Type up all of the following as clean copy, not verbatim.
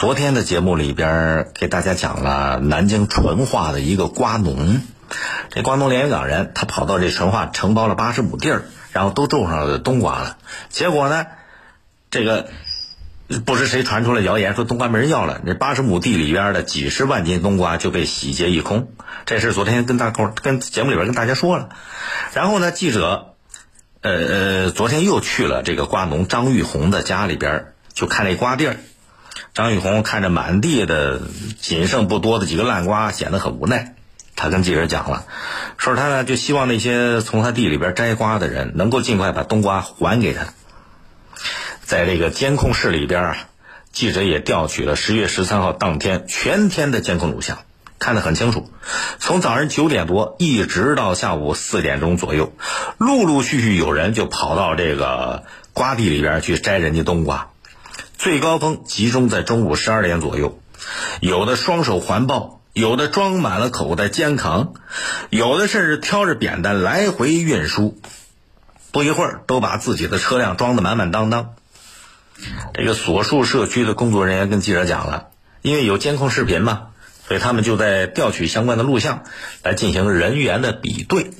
昨天的节目里边给大家讲了南京淳化的一个瓜农，这瓜农连云港人，他跑到这淳化承包了80亩地儿，然后都种上了冬瓜了。结果呢，这个不知谁传出了谣言，说冬瓜没人要了，这80亩地里边的几十万斤冬瓜就被洗劫一空。这事昨天跟节目里边跟大家说了。然后呢，记者昨天又去了这个瓜农张玉红的家里边，就看那瓜地儿。张玉红看着满地的仅剩不多的几个烂瓜，显得很无奈。他跟记者讲了，说他呢就希望那些从他地里边摘瓜的人能够尽快把冬瓜还给他。在这个监控室里边啊，记者也调取了10月13号当天全天的监控录像，看得很清楚。从早上9点多一直到下午4点钟左右，陆陆续续有人就跑到这个瓜地里边去摘人家冬瓜。最高峰集中在中午12点左右，有的双手环抱，有的装满了口袋肩扛，有的甚至挑着扁担来回运输，不一会儿都把自己的车辆装得满满当当。这个所述社区的工作人员跟记者讲了，因为有监控视频嘛，所以他们就在调取相关的录像来进行人员的比对。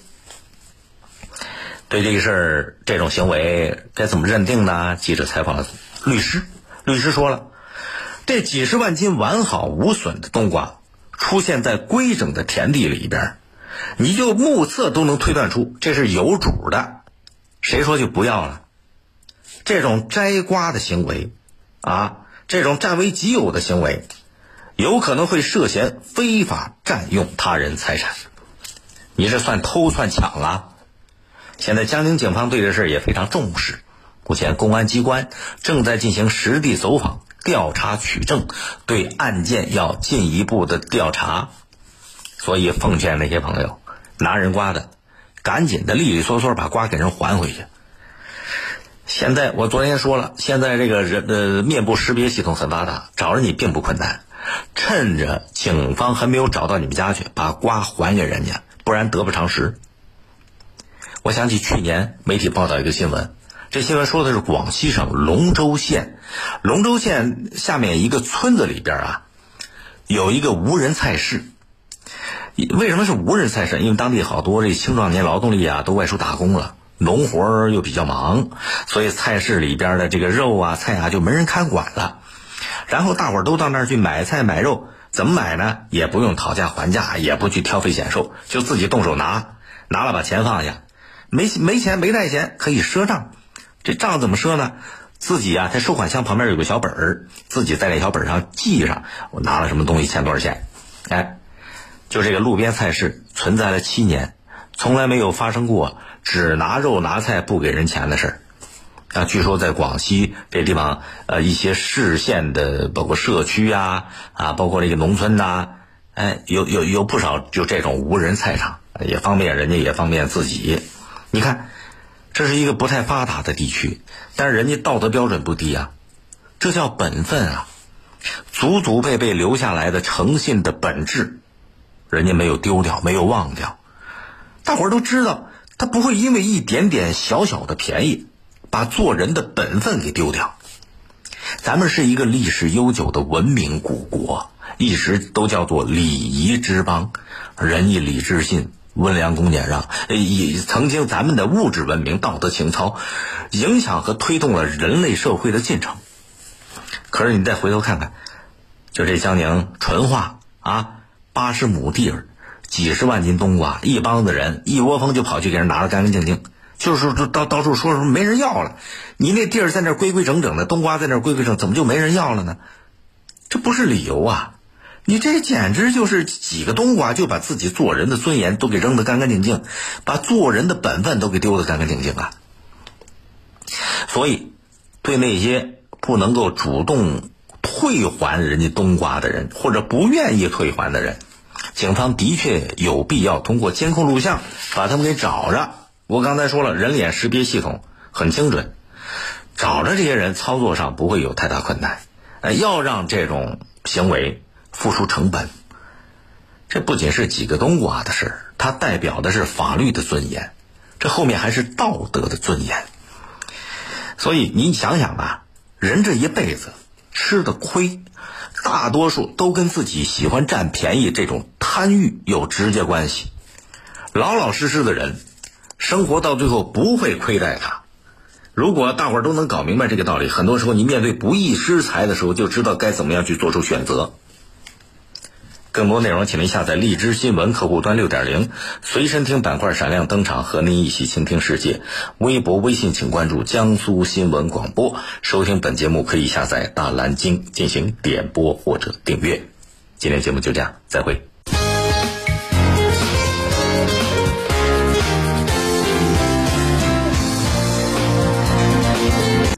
对这个事儿，这种行为该怎么认定呢？记者采访了律师，律师说了，这几十万斤完好无损的冬瓜出现在规整的田地里边，你就目测都能推断出这是有主的，谁说就不要了？这种摘瓜的行为这种占为己有的行为，有可能会涉嫌非法占用他人财产，你这算偷算抢啊！现在江宁警方对这事也非常重视，目前公安机关正在进行实地走访，调查取证，对案件要进一步的调查。所以奉劝那些朋友，拿人瓜的赶紧的利利索索把瓜给人还回去。现在我昨天说了，现在这个面部识别系统很发达，找着你并不困难，趁着警方还没有找到你们家去，把瓜还给人家，不然得不偿失。我想起去年媒体报道一个新闻，这新闻说的是广西省龙州县下面一个村子里边有一个无人菜市。为什么是无人菜市？因为当地好多这青壮年劳动力都外出打工了，农活又比较忙，所以菜市里边的这个肉菜就没人看管了。然后大伙儿都到那儿去买菜买肉，怎么买呢？也不用讨价还价，也不去挑肥拣瘦，就自己动手拿了把钱放下。没钱没带钱可以赊账，这账怎么赊呢？自己在收款箱旁边有个小本儿，自己在那小本上记上我拿了什么东西欠多少钱。就这个路边菜市存在了7年，从来没有发生过只拿肉拿菜不给人钱的事儿。据说在广西这地方一些市县的包括社区包括这个农村有不少就这种无人菜场，也方便人家也方便自己。你看，这是一个不太发达的地区，但是人家道德标准不低这叫本分祖祖辈辈留下来的诚信的本质，人家没有丢掉，没有忘掉。大伙儿都知道，他不会因为一点点小小的便宜，把做人的本分给丢掉。咱们是一个历史悠久的文明古国，一直都叫做礼仪之邦，仁义礼智信温良恭俭让，曾经咱们的物质文明道德情操影响和推动了人类社会的进程。可是你再回头看看，就这江宁淳化80亩地儿，几十万斤冬瓜，一帮子人一窝蜂就跑去给人拿了干干净净，就是到处说没人要了。你那地儿在那规规整整的，冬瓜在那规规整，怎么就没人要了呢？这不是理由你这简直就是几个冬瓜就把自己做人的尊严都给扔得干干净净，把做人的本分都给丢得干干净净所以对那些不能够主动退还人家冬瓜的人，或者不愿意退还的人，警方的确有必要通过监控录像把他们给找着。我刚才说了，人脸识别系统很精准，找着这些人操作上不会有太大困难。要让这种行为付出成本，这不仅是几个冬瓜的事，它代表的是法律的尊严，这后面还是道德的尊严。所以你想想人这一辈子吃的亏，大多数都跟自己喜欢占便宜这种贪欲有直接关系。老老实实的人，生活到最后不会亏待他。如果大伙儿都能搞明白这个道理，很多时候你面对不义之财的时候，就知道该怎么样去做出选择。更多内容请您下载荔枝新闻客户端 6.0 随身听板块闪亮登场，和您一起倾听世界。微博微信请关注江苏新闻广播，收听本节目可以下载大蓝鲸进行点播或者订阅。今天节目就这样，再会。